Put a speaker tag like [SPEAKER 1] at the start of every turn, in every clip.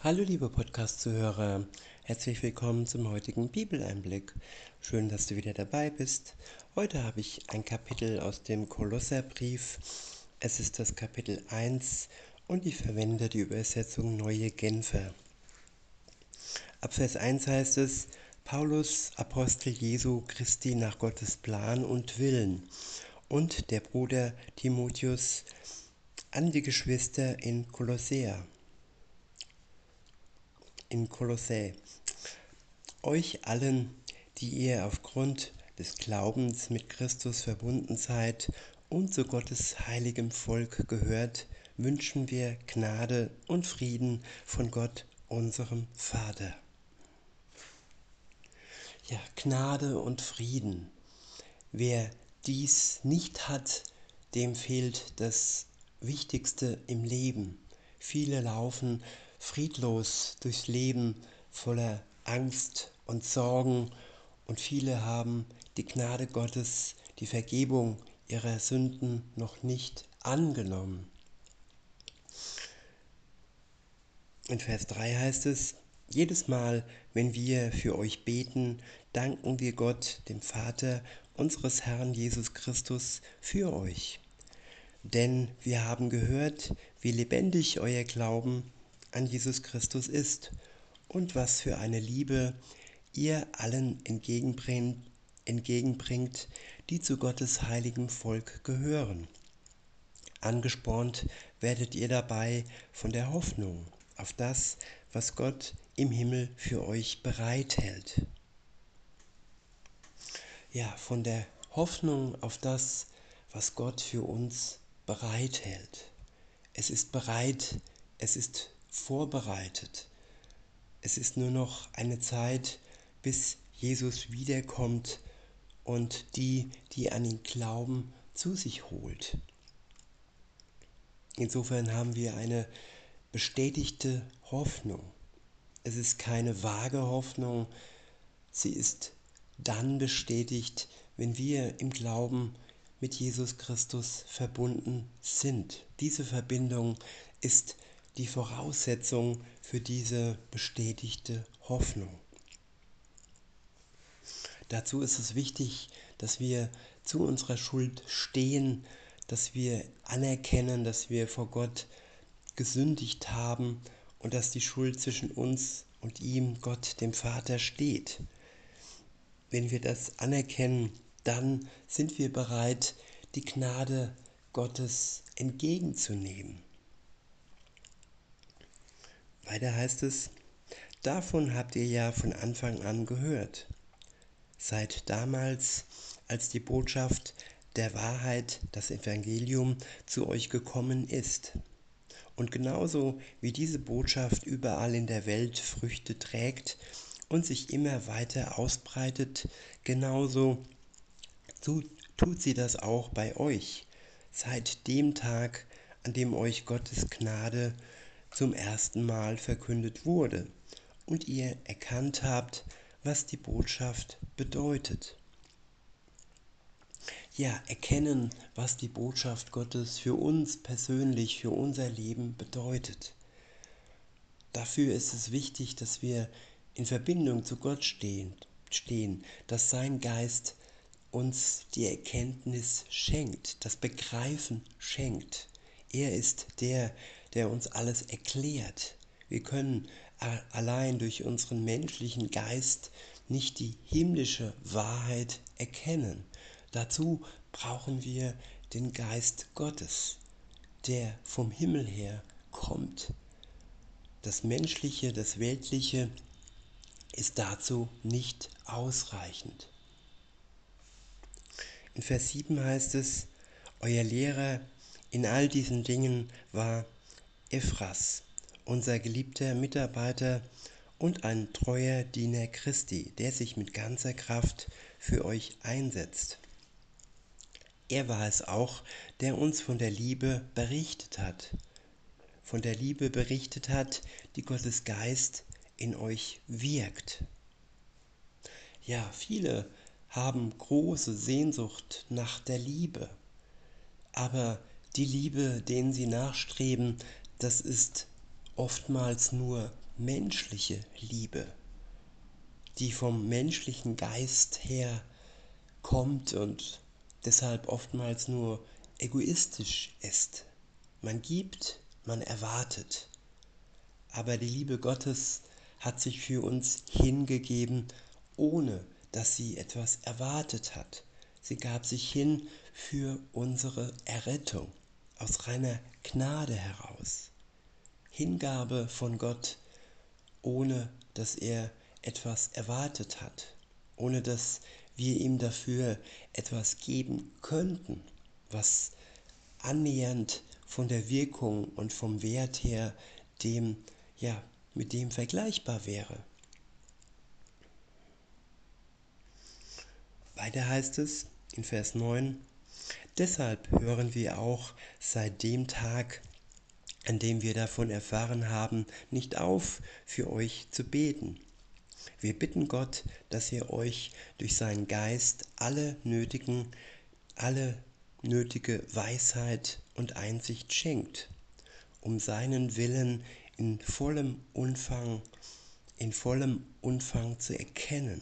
[SPEAKER 1] Hallo liebe Podcast-Zuhörer, herzlich willkommen zum heutigen Bibeleinblick. Schön, dass du wieder dabei bist. Heute habe ich ein Kapitel aus dem Kolosserbrief. Es ist das Kapitel 1 und ich verwende die Übersetzung Neue Genfer. Ab Vers 1 heißt es: Paulus, Apostel Jesu Christi nach Gottes Plan und Willen, und der Bruder Timotheus an die Geschwister in Kolossä. Euch allen, die ihr aufgrund des Glaubens mit Christus verbunden seid und zu Gottes heiligem Volk gehört, wünschen wir Gnade und Frieden von Gott, unserem Vater. Ja, Gnade und Frieden. Wer dies nicht hat, dem fehlt das Wichtigste im Leben. Viele laufen friedlos durchs Leben voller Angst und Sorgen und viele haben die Gnade Gottes, die Vergebung ihrer Sünden noch nicht angenommen. In Vers 3 heißt es: Jedes Mal, wenn wir für euch beten, danken wir Gott, dem Vater unseres Herrn Jesus Christus, für euch. Denn wir haben gehört, wie lebendig euer Glauben an Jesus Christus ist und was für eine Liebe ihr allen entgegenbringt, die zu Gottes heiligem Volk gehören. Angespornt werdet ihr dabei von der Hoffnung auf das, was Gott im Himmel für euch bereithält. Ja, von der Hoffnung auf das, was Gott für uns bereithält. Es ist bereit, es ist vorbereitet. Es ist nur noch eine Zeit, bis Jesus wiederkommt und die an ihn glauben, zu sich holt. Insofern haben wir eine bestätigte Hoffnung. Es ist keine vage Hoffnung, sie ist dann bestätigt, wenn wir im Glauben mit Jesus Christus verbunden sind. Diese Verbindung ist die Voraussetzung für diese bestätigte Hoffnung. Dazu ist es wichtig, dass wir zu unserer Schuld stehen, dass wir anerkennen, dass wir vor Gott gesündigt haben und dass die Schuld zwischen uns und ihm, Gott, dem Vater, steht. Wenn wir das anerkennen, dann sind wir bereit, die Gnade Gottes entgegenzunehmen. Weiter heißt es: Davon habt ihr ja von Anfang an gehört. Seit damals, als die Botschaft der Wahrheit, das Evangelium, zu euch gekommen ist. Und genauso wie diese Botschaft überall in der Welt Früchte trägt und sich immer weiter ausbreitet, genauso tut sie das auch bei euch, seit dem Tag, an dem euch Gottes Gnade zum ersten Mal verkündet wurde und ihr erkannt habt, was die Botschaft bedeutet. Ja, erkennen, was die Botschaft Gottes für uns persönlich, für unser Leben bedeutet. Dafür ist es wichtig, dass wir in Verbindung zu Gott stehen, dass sein Geist uns die Erkenntnis schenkt, das Begreifen schenkt. Er ist der, der uns alles erklärt. Wir können allein durch unseren menschlichen Geist nicht die himmlische Wahrheit erkennen. Dazu brauchen wir den Geist Gottes, der vom Himmel her kommt. Das Menschliche, das Weltliche ist dazu nicht ausreichend. In Vers 7 heißt es: Euer Lehrer in all diesen Dingen war Ephras, unser geliebter Mitarbeiter und ein treuer Diener Christi, der sich mit ganzer Kraft für euch einsetzt. Er war es auch, der uns von der Liebe berichtet hat, die Gottes Geist in euch wirkt. Ja, viele haben große Sehnsucht nach der Liebe, aber die Liebe, denen sie nachstreben, das ist oftmals nur menschliche Liebe, die vom menschlichen Geist her kommt und deshalb oftmals nur egoistisch ist. Man gibt, man erwartet. Aber die Liebe Gottes hat sich für uns hingegeben, ohne dass sie etwas erwartet hat. Sie gab sich hin für unsere Errettung, aus reiner Gnade heraus. Hingabe von Gott, ohne dass er etwas erwartet hat, ohne dass wir ihm dafür etwas geben könnten, was annähernd von der Wirkung und vom Wert her dem, ja, mit dem vergleichbar wäre. Weiter heißt es in Vers 9, deshalb hören wir auch seit dem Tag, an dem wir davon erfahren haben, nicht auf, für euch zu beten. Wir bitten Gott, dass er euch durch seinen Geist alle nötige Weisheit und Einsicht schenkt, um seinen Willen in vollem Umfang zu erkennen.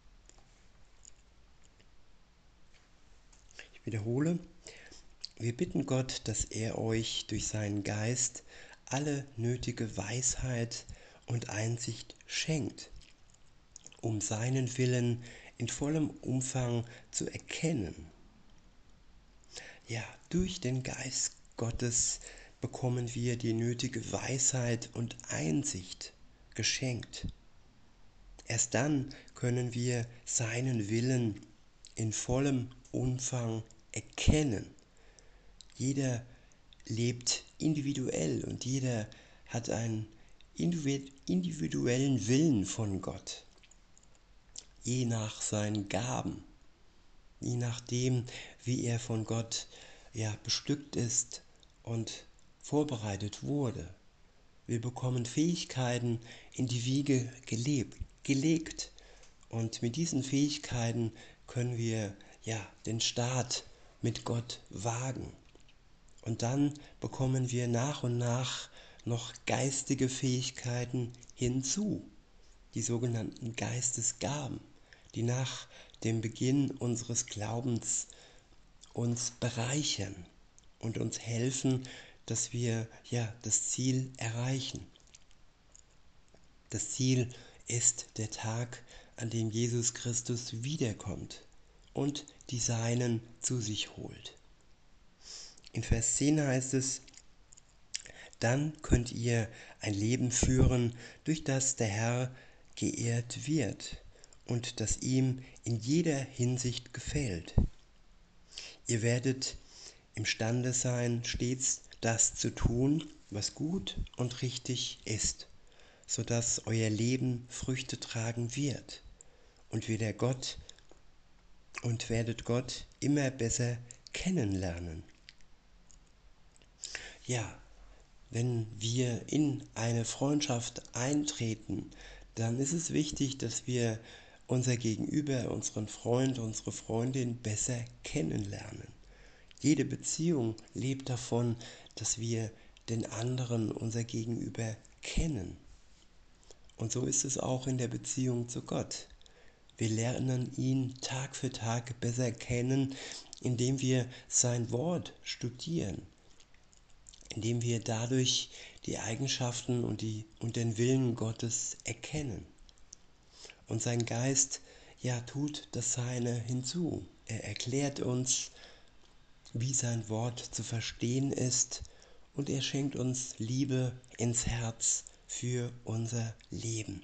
[SPEAKER 1] Ich wiederhole, wir bitten Gott, dass er euch durch seinen Geist alle nötige Weisheit und Einsicht schenkt, um seinen Willen in vollem Umfang zu erkennen. Ja, durch den Geist Gottes bekommen wir die nötige Weisheit und Einsicht geschenkt. Erst dann können wir seinen Willen in vollem Umfang erkennen. Jeder lebt individuell und jeder hat einen individuellen Willen von Gott, je nach seinen Gaben, je nachdem, wie er von Gott bestückt ist und vorbereitet wurde. Wir bekommen Fähigkeiten in die Wiege gelegt und mit diesen Fähigkeiten können wir den Start mit Gott wagen. Und dann bekommen wir nach und nach noch geistige Fähigkeiten hinzu, die sogenannten Geistesgaben, die nach dem Beginn unseres Glaubens uns bereichern und uns helfen, dass wir das Ziel erreichen. Das Ziel ist der Tag, an dem Jesus Christus wiederkommt und die Seinen zu sich holt. In Vers 10 heißt es, dann könnt ihr ein Leben führen, durch das der Herr geehrt wird und das ihm in jeder Hinsicht gefällt. Ihr werdet imstande sein, stets das zu tun, was gut und richtig ist, sodass euer Leben Früchte tragen wird und werdet Gott immer besser kennenlernen. Ja, wenn wir in eine Freundschaft eintreten, dann ist es wichtig, dass wir unser Gegenüber, unseren Freund, unsere Freundin besser kennenlernen. Jede Beziehung lebt davon, dass wir den anderen, unser Gegenüber, kennen. Und so ist es auch in der Beziehung zu Gott. Wir lernen ihn Tag für Tag besser kennen, indem wir sein Wort studieren, indem wir dadurch die Eigenschaften und den Willen Gottes erkennen. Und sein Geist tut das Seine hinzu. Er erklärt uns, wie sein Wort zu verstehen ist, und er schenkt uns Liebe ins Herz für unser Leben.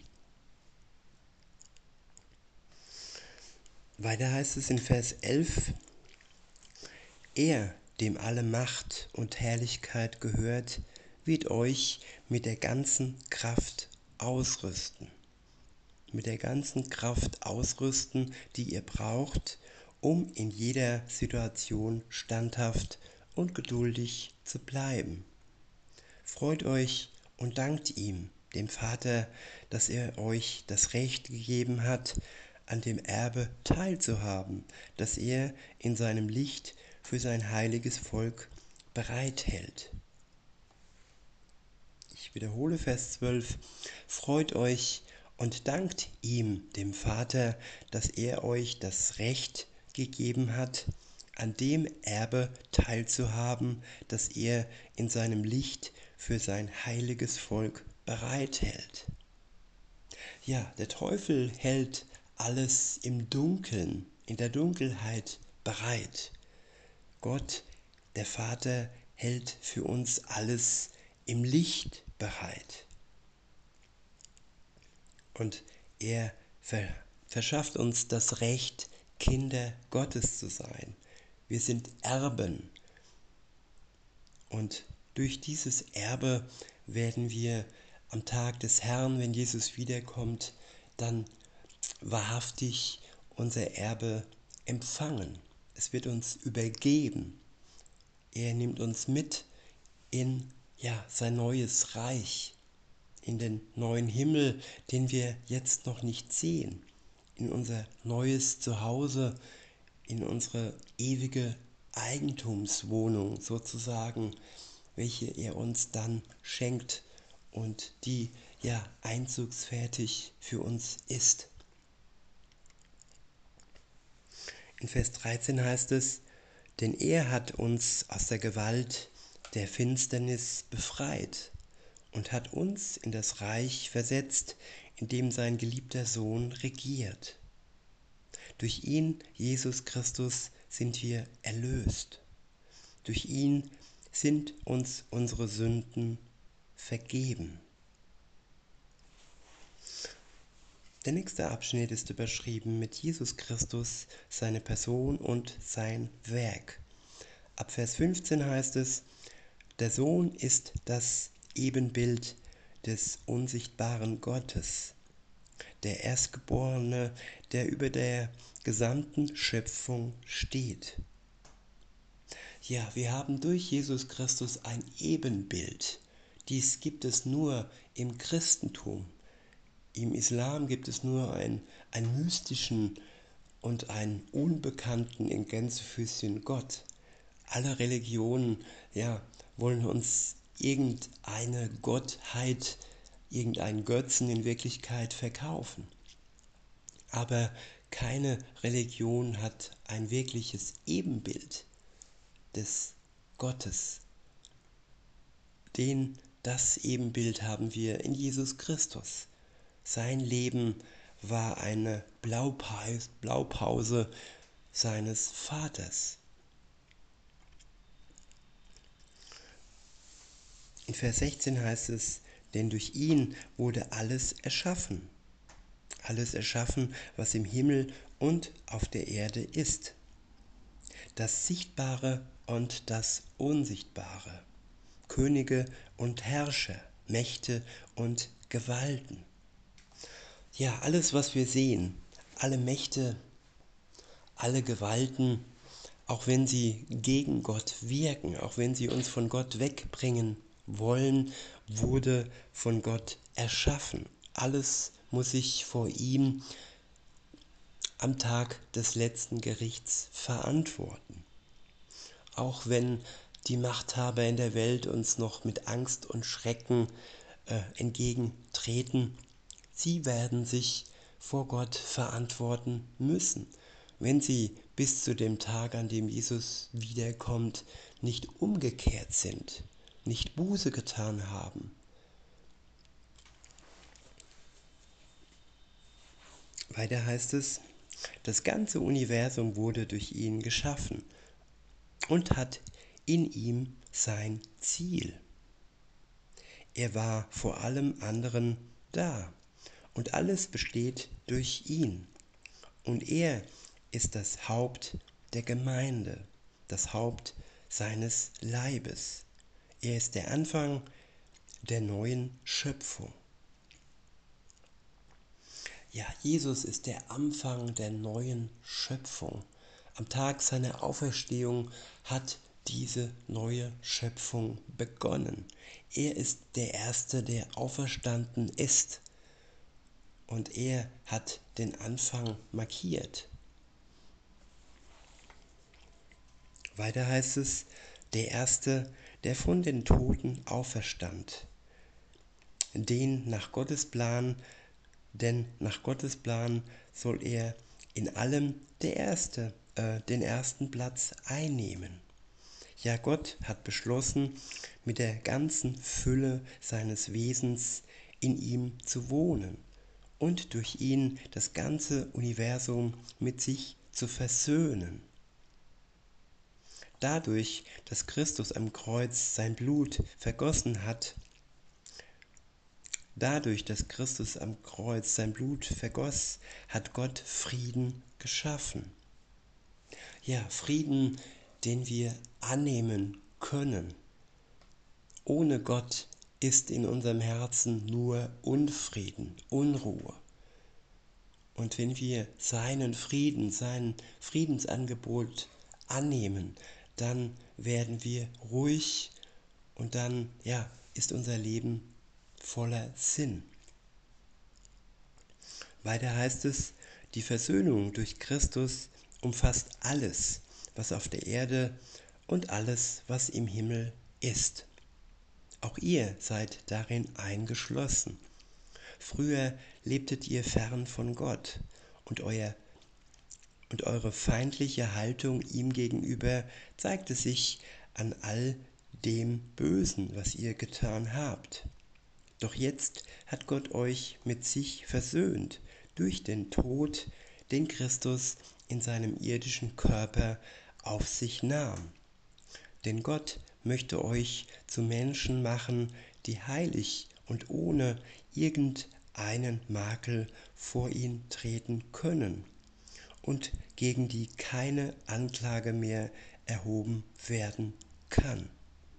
[SPEAKER 1] Weiter heißt es in Vers 11, er, dem alle Macht und Herrlichkeit gehört, wird euch mit der ganzen Kraft ausrüsten. Mit der ganzen Kraft ausrüsten, die ihr braucht, um in jeder Situation standhaft und geduldig zu bleiben. Freut euch und dankt ihm, dem Vater, dass er euch das Recht gegeben hat, an dem Erbe teilzuhaben, das er in seinem Licht für sein heiliges Volk bereithält. Ich wiederhole Vers 12, freut euch und dankt ihm, dem Vater, dass er euch das Recht gegeben hat, an dem Erbe teilzuhaben, das er in seinem Licht für sein heiliges Volk bereithält. Ja, der Teufel hält alles im Dunkeln, in der Dunkelheit bereit. Gott, der Vater, hält für uns alles im Licht bereit. Und er verschafft uns das Recht, Kinder Gottes zu sein. Wir sind Erben. Und durch dieses Erbe werden wir am Tag des Herrn, wenn Jesus wiederkommt, dann wahrhaftig unser Erbe empfangen. Es wird uns übergeben. Er nimmt uns mit in sein neues Reich, in den neuen Himmel, den wir jetzt noch nicht sehen, in unser neues Zuhause, in unsere ewige Eigentumswohnung sozusagen, welche er uns dann schenkt und die einzugsfertig für uns ist. In Vers 13 heißt es, denn er hat uns aus der Gewalt der Finsternis befreit und hat uns in das Reich versetzt, in dem sein geliebter Sohn regiert. Durch ihn, Jesus Christus, sind wir erlöst. Durch ihn sind uns unsere Sünden vergeben. Der nächste Abschnitt ist überschrieben mit Jesus Christus, seine Person und sein Werk. Ab Vers 15 heißt es, der Sohn ist das Ebenbild des unsichtbaren Gottes, der Erstgeborene, der über der gesamten Schöpfung steht. Ja, wir haben durch Jesus Christus ein Ebenbild. Dies gibt es nur im Christentum. Im Islam gibt es nur einen mystischen und einen unbekannten in Gänsefüßchen Gott. Alle Religionen, wollen uns irgendeine Gottheit, irgendeinen Götzen in Wirklichkeit verkaufen. Aber keine Religion hat ein wirkliches Ebenbild des Gottes. Das Ebenbild haben wir in Jesus Christus. Sein Leben war eine Blaupause seines Vaters. In Vers 16 heißt es, denn durch ihn wurde alles erschaffen, was im Himmel und auf der Erde ist, das Sichtbare und das Unsichtbare, Könige und Herrscher, Mächte und Gewalten. Ja, alles, was wir sehen, alle Mächte, alle Gewalten, auch wenn sie gegen Gott wirken, auch wenn sie uns von Gott wegbringen wollen, wurde von Gott erschaffen. Alles muss sich vor ihm am Tag des letzten Gerichts verantworten. Auch wenn die Machthaber in der Welt uns noch mit Angst und Schrecken entgegentreten, sie werden sich vor Gott verantworten müssen, wenn sie bis zu dem Tag, an dem Jesus wiederkommt, nicht umgekehrt sind, nicht Buße getan haben. Weiter heißt es, das ganze Universum wurde durch ihn geschaffen und hat in ihm sein Ziel. Er war vor allem anderen da und alles besteht durch ihn. Und er ist das Haupt der Gemeinde, das Haupt seines Leibes. Er ist der Anfang der neuen Schöpfung. Ja, Jesus ist der Anfang der neuen Schöpfung. Am Tag seiner Auferstehung hat diese neue Schöpfung begonnen. Er ist der Erste, der auferstanden ist. Und er hat den Anfang markiert. Weiter heißt es, der Erste, der von den Toten auferstand. den nach Gottes Plan, denn nach Gottes Plan soll er in allem den ersten Platz einnehmen. Ja, Gott hat beschlossen, mit der ganzen Fülle seines Wesens in ihm zu wohnen und durch ihn das ganze Universum mit sich zu versöhnen. Dadurch, dass Christus am Kreuz sein Blut vergossen hat, dadurch, dass Christus am Kreuz sein Blut vergoss, hat Gott Frieden geschaffen. Ja, Frieden, den wir annehmen können. Ohne Gott ist in unserem Herzen nur Unfrieden, Unruhe. Und wenn wir seinen Frieden, sein Friedensangebot annehmen, dann werden wir ruhig und dann, ja, ist unser Leben voller Sinn. Weiter heißt es, die Versöhnung durch Christus umfasst alles, was auf der Erde und alles, was im Himmel ist. Auch ihr seid darin eingeschlossen. Früher lebtet ihr fern von Gott und eure feindliche Haltung ihm gegenüber zeigte sich an all dem Bösen, was ihr getan habt. Doch jetzt hat Gott euch mit sich versöhnt durch den Tod, den Christus in seinem irdischen Körper auf sich nahm. Denn Gott möchte euch zu Menschen machen, die heilig und ohne irgendeinen Makel vor ihn treten können und gegen die keine Anklage mehr erhoben werden kann.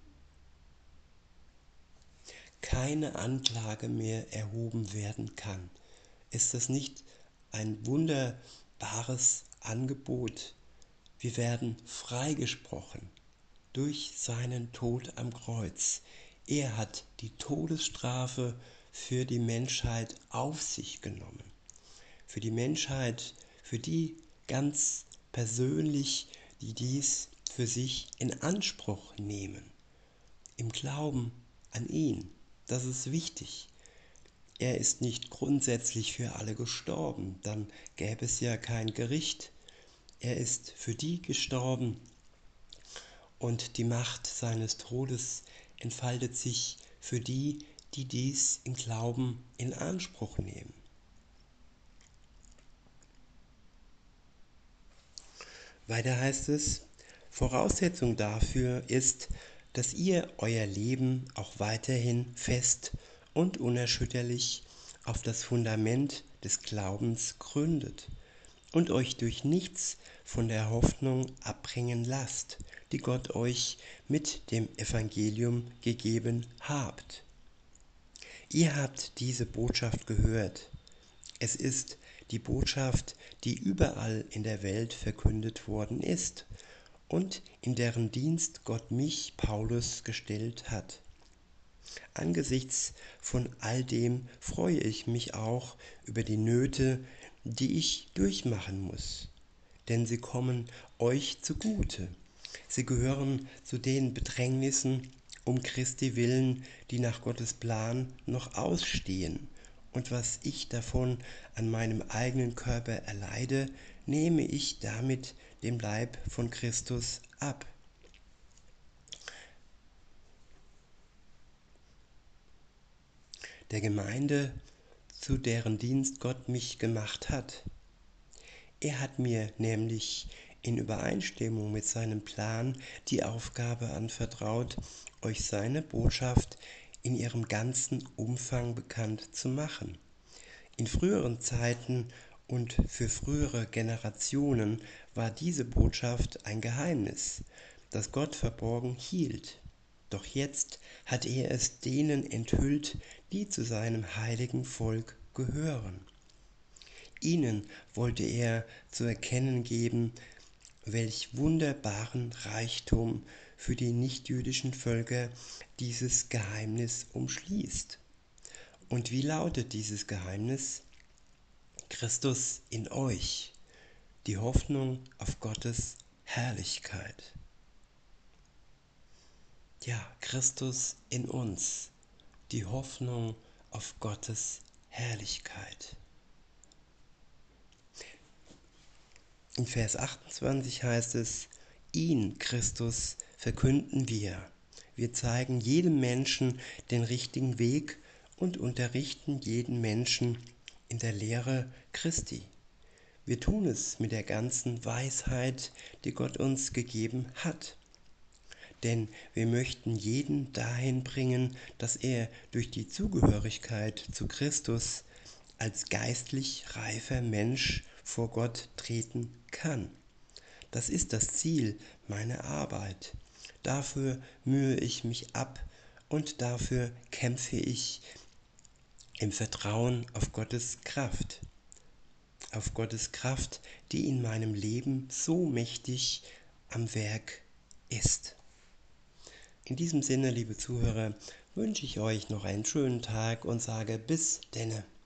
[SPEAKER 1] Keine Anklage mehr erhoben werden kann. Ist das nicht ein wunderbares Angebot? Wir werden freigesprochen durch seinen Tod am Kreuz. Er hat die Todesstrafe für die Menschheit auf sich genommen. Für die Menschheit, für die ganz persönlich, die dies für sich in Anspruch nehmen. Im Glauben an ihn. Das ist wichtig. Er ist nicht grundsätzlich für alle gestorben, dann gäbe es ja kein Gericht. Er ist für die gestorben und die Macht seines Todes entfaltet sich für die, die dies im Glauben in Anspruch nehmen. Weiter heißt es, Voraussetzung dafür ist, dass ihr euer Leben auch weiterhin fest und unerschütterlich auf das Fundament des Glaubens gründet und euch durch nichts von der Hoffnung abbringen lasst, die Gott euch mit dem Evangelium gegeben habt. Ihr habt diese Botschaft gehört. Es ist die Botschaft, die überall in der Welt verkündet worden ist und in deren Dienst Gott mich, Paulus, gestellt hat. Angesichts von all dem freue ich mich auch über die Nöte, die ich durchmachen muss, denn sie kommen euch zugute. Sie gehören zu den Bedrängnissen um Christi willen, die nach Gottes Plan noch ausstehen. Und was ich davon an meinem eigenen Körper erleide, nehme ich damit dem Leib von Christus ab. Der Gemeinde, zu deren Dienst Gott mich gemacht hat. Er hat mir nämlich in Übereinstimmung mit seinem Plan die Aufgabe anvertraut, euch seine Botschaft in ihrem ganzen Umfang bekannt zu machen. In früheren Zeiten und für frühere Generationen war diese Botschaft ein Geheimnis, das Gott verborgen hielt. Doch jetzt hat er es denen enthüllt, die zu seinem heiligen Volk gehören. Ihnen wollte er zu erkennen geben, welch wunderbaren Reichtum für die nichtjüdischen Völker dieses Geheimnis umschließt. Und wie lautet dieses Geheimnis? Christus in euch, die Hoffnung auf Gottes Herrlichkeit. Ja, Christus in uns, die Hoffnung auf Gottes Herrlichkeit. In Vers 28 heißt es, ihn, Christus, verkünden wir. Wir zeigen jedem Menschen den richtigen Weg und unterrichten jeden Menschen in der Lehre Christi. Wir tun es mit der ganzen Weisheit, die Gott uns gegeben hat. Denn wir möchten jeden dahin bringen, dass er durch die Zugehörigkeit zu Christus als geistlich reifer Mensch vor Gott treten kann. Das ist das Ziel meiner Arbeit. Dafür mühe ich mich ab und dafür kämpfe ich im Vertrauen auf Gottes Kraft. Auf Gottes Kraft, die in meinem Leben so mächtig am Werk ist. In diesem Sinne, liebe Zuhörer, wünsche ich euch noch einen schönen Tag und sage bis denne.